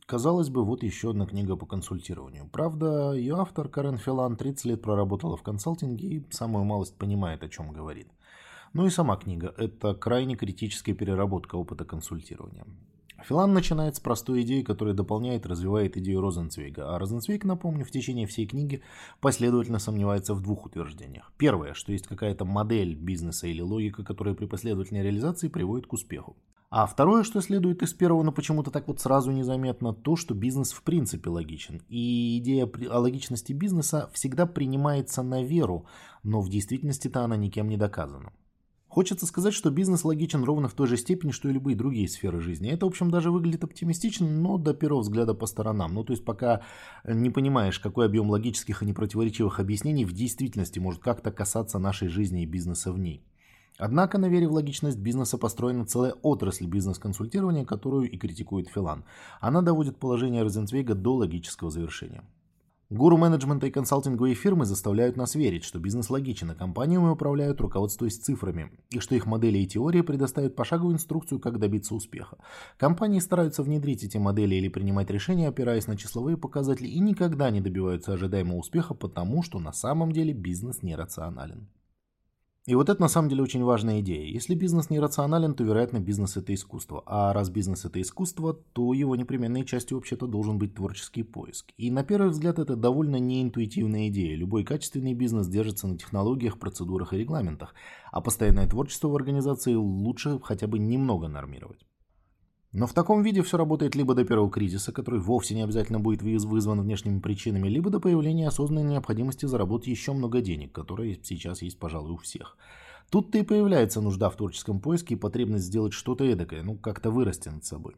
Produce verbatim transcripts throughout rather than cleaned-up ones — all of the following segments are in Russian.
Казалось бы, вот еще одна книга по консультированию. Правда, ее автор Карен Филан тридцать лет проработала в консалтинге и самую малость понимает, о чем говорит. Ну и сама книга– это крайне критическая переработка опыта консультирования. Филан начинает с простой идеи, которая дополняет и развивает идею Розенцвейга. А Розенцвейг, напомню, в течение всей книги последовательно сомневается в двух утверждениях. Первое, что есть какая-то модель бизнеса или логика, которая при последовательной реализации приводит к успеху. А второе, что следует из первого, но почему-то так вот сразу незаметно, то, что бизнес в принципе логичен. И идея о логичности бизнеса всегда принимается на веру, но в действительности-то она никем не доказана. Хочется сказать, что бизнес логичен ровно в той же степени, что и любые другие сферы жизни. Это, в общем, даже выглядит оптимистично, но до первого взгляда по сторонам. Ну, то есть, пока не понимаешь, какой объем логических и непротиворечивых объяснений в действительности может как-то касаться нашей жизни и бизнеса в ней. Однако на вере в логичность бизнеса построена целая отрасль бизнес-консультирования, которую и критикует Филан. Она доводит положение Розенцвейга до логического завершения. Гуру менеджмента и консалтинговые фирмы заставляют нас верить, что бизнес логичен, а компаниями управляют, руководствуясь цифрами, и что их модели и теории предоставят пошаговую инструкцию, как добиться успеха. Компании стараются внедрить эти модели или принимать решения, опираясь на числовые показатели, и никогда не добиваются ожидаемого успеха, потому что на самом деле бизнес нерационален. И вот это на самом деле очень важная идея. Если бизнес нерационален, то, вероятно, бизнес – это искусство. А раз бизнес – это искусство, то его непременной частью вообще-то должен быть творческий поиск. И на первый взгляд это довольно неинтуитивная идея. Любой качественный бизнес держится на технологиях, процедурах и регламентах. А постоянное творчество в организации лучше хотя бы немного нормировать. Но в таком виде все работает либо до первого кризиса, который вовсе не обязательно будет вызван внешними причинами, либо до появления осознанной необходимости заработать еще много денег, которая сейчас есть, пожалуй, у всех. Тут-то и появляется нужда в творческом поиске и потребность сделать что-то эдакое, ну как-то вырасти над собой.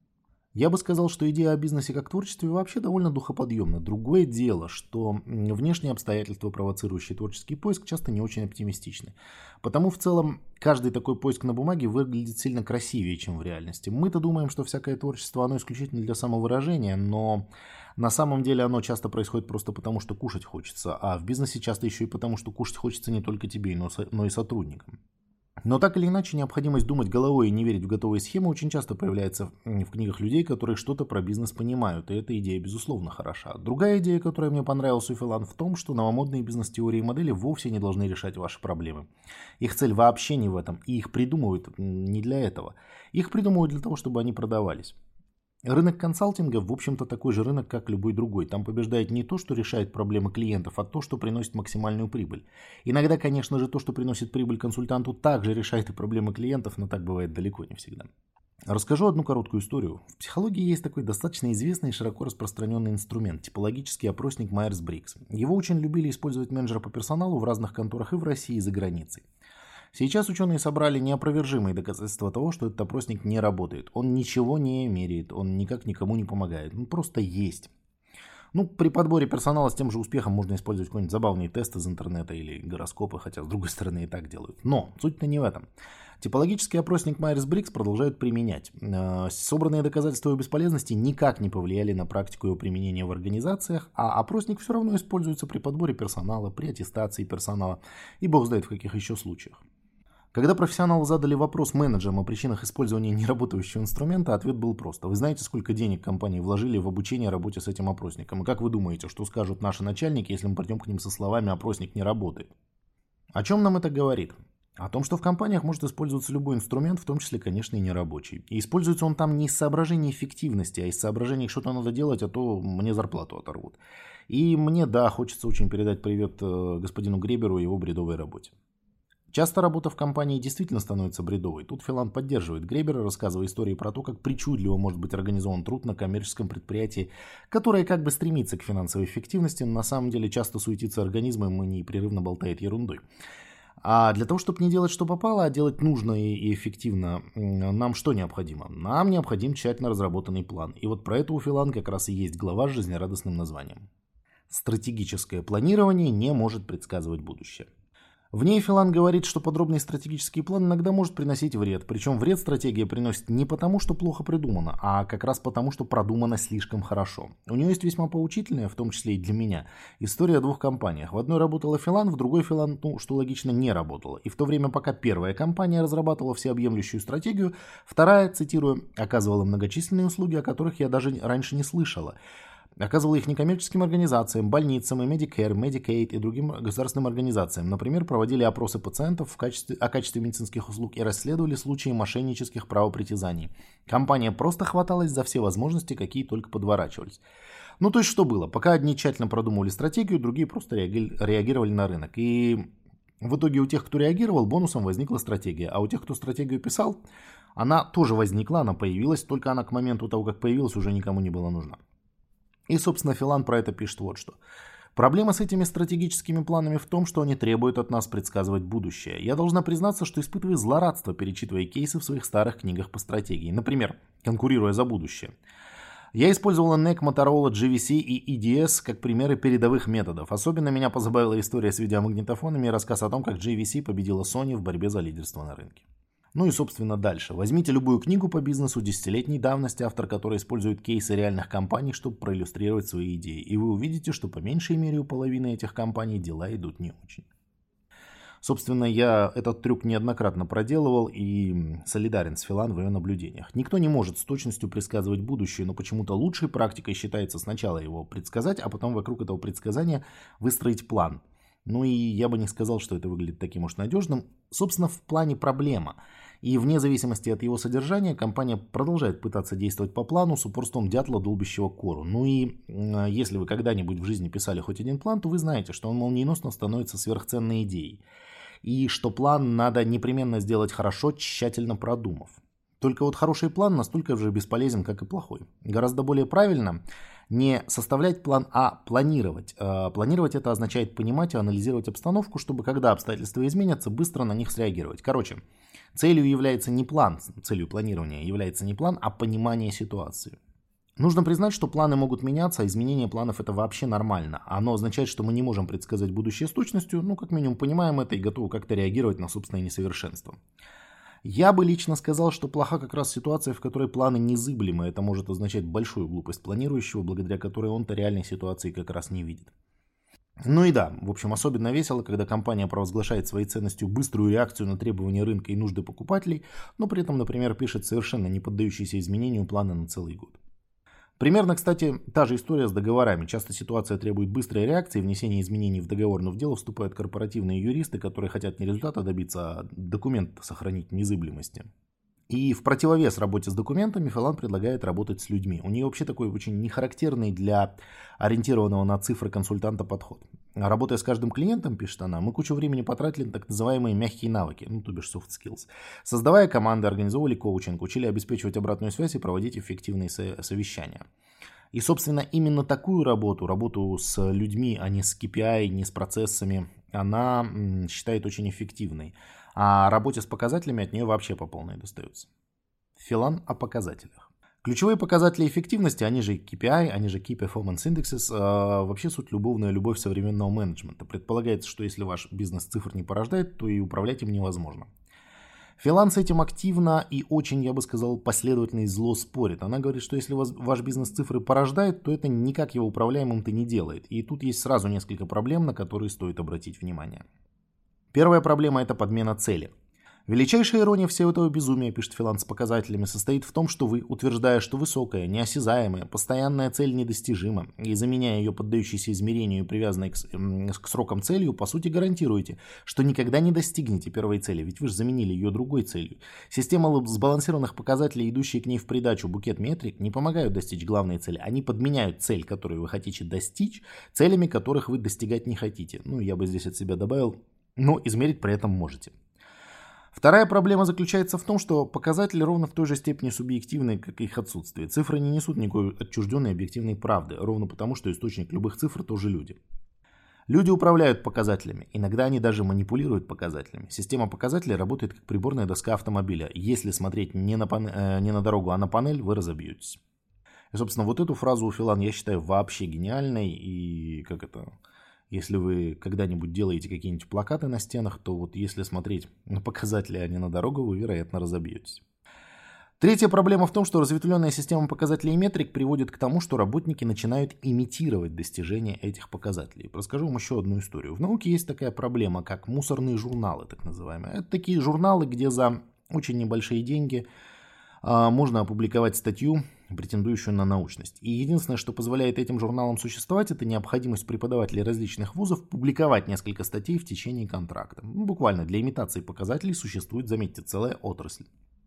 Я бы сказал, что идея о бизнесе как творчестве вообще довольно духоподъемна. Другое дело, что внешние обстоятельства, провоцирующие творческий поиск, часто не очень оптимистичны. Потому в целом каждый такой поиск на бумаге выглядит сильно красивее, чем в реальности. Мы-то думаем, что всякое творчество, оно исключительно для самовыражения, но на самом деле оно часто происходит просто потому, что кушать хочется. А в бизнесе часто еще и потому, что кушать хочется не только тебе, но и сотрудникам. Но так или иначе, необходимость думать головой и не верить в готовые схемы очень часто появляется в книгах людей, которые что-то про бизнес понимают, и эта идея, безусловно, хороша. Другая идея, которая мне понравилась у Филан, в том, что новомодные бизнес-теории и модели вовсе не должны решать ваши проблемы. Их цель вообще не в этом, и их придумывают не для этого. Их придумывают для того, чтобы они продавались. Рынок консалтинга, в общем-то, такой же рынок, как любой другой. Там побеждает не то, что решает проблемы клиентов, а то, что приносит максимальную прибыль. Иногда, конечно же, то, что приносит прибыль консультанту, также решает и проблемы клиентов, но так бывает далеко не всегда. Расскажу одну короткую историю. В психологии есть такой достаточно известный и широко распространенный инструмент – типологический опросник Майерс-Бриггс. Его очень любили использовать менеджеры по персоналу в разных конторах и в России, и за границей. Сейчас ученые собрали неопровержимые доказательства того, что этот опросник не работает. Он ничего не меряет, он никак никому не помогает, он просто есть. Ну, при подборе персонала с тем же успехом можно использовать какой-нибудь забавный тест из интернета или гороскопы, хотя с другой стороны и так делают. Но суть-то не в этом. Типологический опросник Майерс-Бриггс продолжают применять. Собранные доказательства его бесполезности никак не повлияли на практику его применения в организациях, а опросник все равно используется при подборе персонала, при аттестации персонала и бог знает в каких еще случаях. Когда профессионалу задали вопрос менеджерам о причинах использования неработающего инструмента, ответ был прост. Вы знаете, сколько денег компании вложили в обучение работе с этим опросником? И как вы думаете, что скажут наши начальники, если мы придем к ним со словами «опросник не работает»? О чем нам это говорит? О том, что в компаниях может использоваться любой инструмент, в том числе, конечно, и нерабочий. И используется он там не из соображений эффективности, а из соображений, что-то надо делать, а то мне зарплату оторвут. И мне, да, хочется очень передать привет господину Греберу и его бредовой работе. Часто работа в компании действительно становится бредовой. Тут Филан поддерживает Гребера, рассказывая истории про то, как причудливо может быть организован труд на коммерческом предприятии, которое как бы стремится к финансовой эффективности, но на самом деле часто суетится организмом и непрерывно болтает ерундой. А для того, чтобы не делать что попало, а делать нужно и эффективно, нам что необходимо? Нам необходим тщательно разработанный план. И вот про это у Филан как раз и есть глава с жизнерадостным названием. Стратегическое планирование не может предсказывать будущее. В ней Филан говорит, что подробный стратегический план иногда может приносить вред. Причем вред стратегия приносит не потому, что плохо придумано, а как раз потому, что продумано слишком хорошо. У нее есть весьма поучительная, в том числе и для меня, история о двух компаниях. В одной работала Филан, в другой Филан, ну, что логично, не работала. И в то время, пока первая компания разрабатывала всеобъемлющую стратегию, вторая, цитирую, оказывала многочисленные услуги, о которых я даже раньше не слышала. Оказывала их некоммерческим организациям, больницам и Medicare, Medicaid и другим государственным организациям. Например, проводили опросы пациентов в качестве, о качестве медицинских услуг и расследовали случаи мошеннических правопритязаний. Компания просто хваталась за все возможности, какие только подворачивались. Ну, то есть, что было? Пока одни тщательно продумывали стратегию, другие просто реагировали на рынок. И в итоге у тех, кто реагировал, бонусом возникла стратегия. А у тех, кто стратегию писал, она тоже возникла, она появилась, только она к моменту того, как появилась, уже никому не была нужна. И, собственно, Филан про это пишет вот что. Проблема с этими стратегическими планами в том, что они требуют от нас предсказывать будущее. Я должна признаться, что испытываю злорадство, перечитывая кейсы в своих старых книгах по стратегии. Например, конкурируя за будущее. Я использовала эн и си, Motorola, джи ви си и и ди эс как примеры передовых методов. Особенно меня позабавила история с видеомагнитофонами и рассказ о том, как джи ви си победила Sony в борьбе за лидерство на рынке. Ну и, собственно, дальше. Возьмите любую книгу по бизнесу десятилетней давности, автор которой использует кейсы реальных компаний, чтобы проиллюстрировать свои идеи. И вы увидите, что по меньшей мере у половины этих компаний дела идут не очень. Собственно, я этот трюк неоднократно проделывал и солидарен с Филан в ее наблюдениях. Никто не может с точностью предсказывать будущее, но почему-то лучшей практикой считается сначала его предсказать, а потом вокруг этого предсказания выстроить план. Ну и я бы не сказал, что это выглядит таким уж надежным. Собственно, в плане проблема. И вне зависимости от его содержания, компания продолжает пытаться действовать по плану с упорством дятла, долбящего кору. Ну и э, если вы когда-нибудь в жизни писали хоть один план, то вы знаете, что он молниеносно становится сверхценной идеей. И что план надо непременно сделать хорошо, тщательно продумав. Только вот хороший план настолько же бесполезен, как и плохой. Гораздо более правильно не составлять план, а планировать. Планировать это означает понимать и анализировать обстановку, чтобы когда обстоятельства изменятся, быстро на них среагировать. Короче, целью является не план, целью планирования является не план, а понимание ситуации. Нужно признать, что планы могут меняться, а изменение планов это вообще нормально. Оно означает, что мы не можем предсказать будущее с точностью, ну как минимум понимаем это и готовы как-то реагировать на собственное несовершенство. Я бы лично сказал, что плоха как раз ситуация, в которой планы незыблемы. Это может означать большую глупость планирующего, благодаря которой он-то реальной ситуации как раз не видит. Ну и да, в общем, особенно весело, когда компания провозглашает своей ценностью быструю реакцию на требования рынка и нужды покупателей, но при этом, например, пишет совершенно не поддающиеся изменению планы на целый год. Примерно, кстати, та же история с договорами. Часто ситуация требует быстрой реакции, внесения изменений в договор, но в дело вступают корпоративные юристы, которые хотят не результата добиться, а документ сохранить в незыблемости. И в противовес работе с документами Филан предлагает работать с людьми. У нее вообще такой очень нехарактерный для ориентированного на цифры консультанта подход. Работая с каждым клиентом, пишет она, мы кучу времени потратили на так называемые мягкие навыки, ну то бишь soft skills. Создавая команды, организовывали коучинг, учили обеспечивать обратную связь и проводить эффективные совещания. И, собственно, именно такую работу, работу с людьми, а не с кей пи ай, не с процессами, она считает очень эффективной. А работе с показателями от нее вообще по полной достается. Филан о показателях. Ключевые показатели эффективности, они же кей пи ай, они же Key Performance Indexes, э, вообще суть любовная любовь современного менеджмента. Предполагается, что если ваш бизнес цифр не порождает, то и управлять им невозможно. Филан с этим активно и очень, я бы сказал, последовательно и зло спорит. Она говорит, что если вас, ваш бизнес цифры порождает, то это никак его управляемым-то не делает. И тут есть сразу несколько проблем, на которые стоит обратить внимание. Первая проблема – это подмена цели. Величайшая ирония всего этого безумия, пишет Филан с показателями, состоит в том, что вы, утверждая, что высокая, неосязаемая, постоянная цель недостижима, и заменяя ее поддающейся измерению и привязанной к, к срокам целью, по сути гарантируете, что никогда не достигнете первой цели, ведь вы же заменили ее другой целью. Система сбалансированных показателей, идущие к ней в придачу букет метрик, не помогают достичь главной цели. Они подменяют цель, которую вы хотите достичь, целями, которых вы достигать не хотите. Ну, я бы здесь от себя добавил, но измерить при этом можете. Вторая проблема заключается в том, что показатели ровно в той же степени субъективны, как и их отсутствие. Цифры не несут никакой отчужденной объективной правды, ровно потому, что источник любых цифр тоже люди. Люди управляют показателями, иногда они даже манипулируют показателями. Система показателей работает как приборная доска автомобиля. Если смотреть не на, пан... э, не на дорогу, а на панель, вы разобьетесь. И, собственно, вот эту фразу у Филан я считаю вообще гениальной и, как это, Если вы когда-нибудь делаете какие-нибудь плакаты на стенах, то вот если смотреть на показатели, а не на дорогу, вы, вероятно, разобьетесь. Третья проблема в том, что разветвленная система показателей и метрик приводит к тому, что работники начинают имитировать достижения этих показателей. Расскажу вам еще одну историю. В науке есть такая проблема, как мусорные журналы, так называемые. Это такие журналы, где за очень небольшие деньги а, можно опубликовать статью, претендующую на научность. И единственное, что позволяет этим журналам существовать, это необходимость преподавателей различных вузов публиковать несколько статей в течение контракта. Ну, буквально для имитации показателей существует, заметьте, целая отрасль.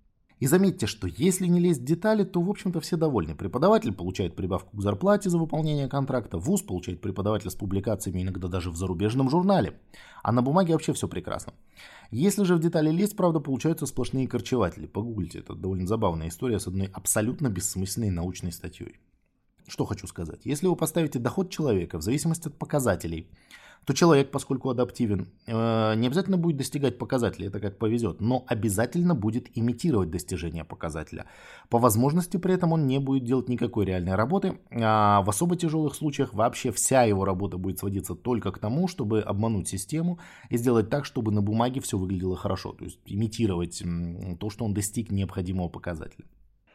И заметьте, что если не лезть в детали, то, в общем-то, все довольны. Преподаватель получает прибавку к зарплате за выполнение контракта, вуз получает преподавателя с публикациями иногда даже в зарубежном журнале. А на бумаге вообще все прекрасно. Если же в детали лезть, правда, получаются сплошные корчеватели. Погуглите, это довольно забавная история с одной абсолютно бессмысленной научной статьей. Что хочу сказать. Если вы поставите доход человека в зависимости от показателей, то человек, поскольку адаптивен, не обязательно будет достигать показателей, это как повезет, но обязательно будет имитировать достижение показателя. По возможности при этом он не будет делать никакой реальной работы, а в особо тяжелых случаях вообще вся его работа будет сводиться только к тому, чтобы обмануть систему и сделать так, чтобы на бумаге все выглядело хорошо, то есть имитировать то, что он достиг необходимого показателя.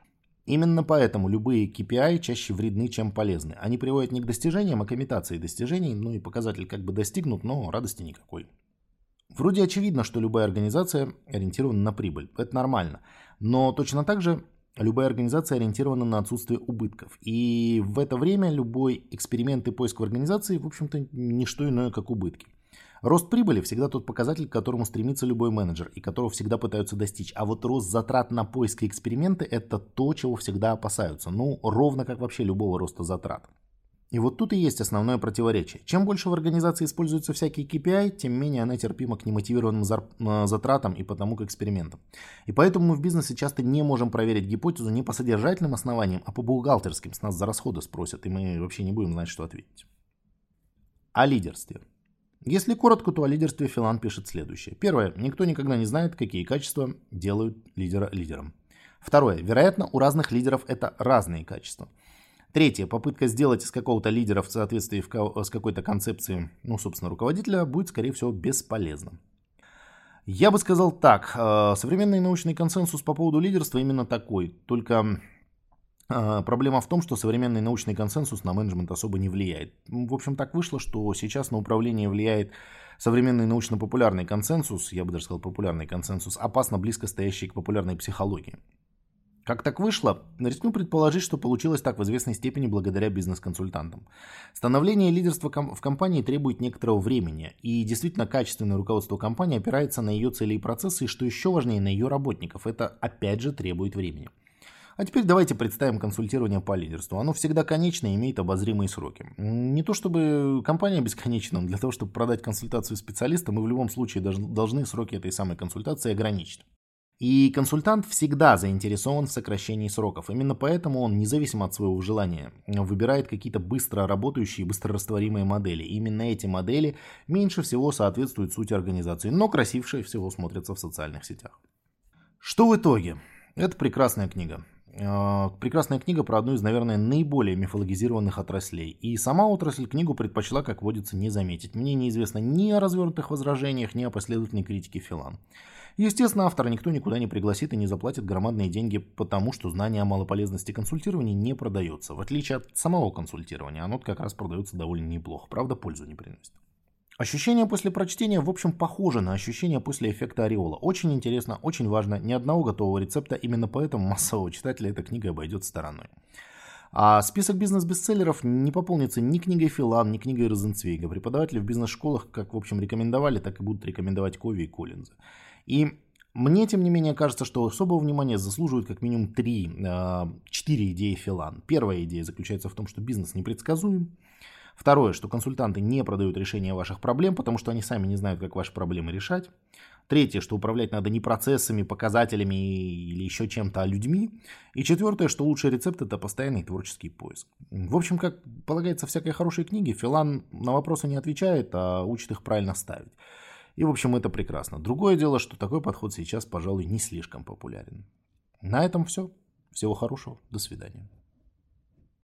Именно поэтому любые кей пи ай чаще вредны, чем полезны. Они приводят не к достижениям, а к имитации достижений, ну и показатель как бы достигнут, но радости никакой. Вроде очевидно, что любая организация ориентирована на прибыль. Это нормально. Но точно так же любая организация ориентирована на отсутствие убытков. И в это время любой эксперимент и поиск в организации, в общем-то, не что иное, как убытки. Рост прибыли всегда тот показатель, к которому стремится любой менеджер и которого всегда пытаются достичь. А вот рост затрат на поиск и эксперименты – это то, чего всегда опасаются. Ну, ровно как вообще любого роста затрат. И вот тут и есть основное противоречие. Чем больше в организации используются всякие кей пи ай, тем менее она терпима к немотивированным затратам и потому к экспериментам. И поэтому мы в бизнесе часто не можем проверить гипотезу не по содержательным основаниям, а по бухгалтерским. С нас за расходы спросят, и мы вообще не будем знать, что ответить. О лидерстве. Если коротко, то о лидерстве Филан пишет следующее. Первое. Никто никогда не знает, какие качества делают лидера лидером. Второе. Вероятно, у разных лидеров это разные качества. Третье. Попытка сделать из какого-то лидера в соответствии с какой-то концепцией, ну, собственно, руководителя, будет, скорее всего, бесполезным. Я бы сказал так. Современный научный консенсус по поводу лидерства именно такой. Только проблема в том, что современный научный консенсус на менеджмент особо не влияет. В общем, так вышло, что сейчас на управление влияет современный научно-популярный консенсус, я бы даже сказал популярный консенсус, опасно близко стоящий к популярной психологии. Как так вышло? Рискну предположить, что получилось так в известной степени благодаря бизнес-консультантам. Становление лидерства в компании требует некоторого времени, и действительно качественное руководство компании опирается на ее цели и процессы, и что еще важнее, на ее работников. Это опять же требует времени. А теперь давайте представим консультирование по лидерству. Оно всегда конечно и имеет обозримые сроки. Не то чтобы компания бесконечна, но для того, чтобы продать консультацию специалистам, мы в любом случае должны сроки этой самой консультации ограничить. И консультант всегда заинтересован в сокращении сроков. Именно поэтому он, независимо от своего желания, выбирает какие-то быстро работающие, быстро растворимые модели. И именно эти модели меньше всего соответствуют сути организации, но красивше всего смотрятся в социальных сетях. Что в итоге? Это прекрасная книга. Прекрасная книга про одну из, наверное, наиболее мифологизированных отраслей. И сама отрасль книгу предпочла, как водится, не заметить. Мне неизвестно ни о развернутых возражениях, ни о последовательной критике Филан. Естественно, автора никто никуда не пригласит и не заплатит громадные деньги, потому что знание о малополезности консультирования не продается. В отличие от самого консультирования, оно как раз продается довольно неплохо, правда, пользу не приносит. Ощущение после прочтения, в общем, похоже на ощущение после эффекта ореола. Очень интересно, очень важно. Ни одного готового рецепта, именно поэтому массового читателя эта книга обойдет стороной. А список бизнес-бестселлеров не пополнится ни книгой Филан, ни книгой Розенцвейга. Преподаватели в бизнес-школах как, в общем, рекомендовали, так и будут рекомендовать Кови и Коллинза. И мне, тем не менее, кажется, что особого внимания заслуживают как минимум три, четыре идеи Филан. Первая идея заключается в том, что бизнес непредсказуем. Второе, что консультанты не продают решения ваших проблем, потому что они сами не знают, как ваши проблемы решать. Третье, что управлять надо не процессами, показателями или еще чем-то, а людьми. И четвертое, что лучший рецепт – это постоянный творческий поиск. В общем, как полагается всякой хорошей книге, Филан на вопросы не отвечает, а учит их правильно ставить. И, в общем, это прекрасно. Другое дело, что такой подход сейчас, пожалуй, не слишком популярен. На этом все. Всего хорошего. До свидания.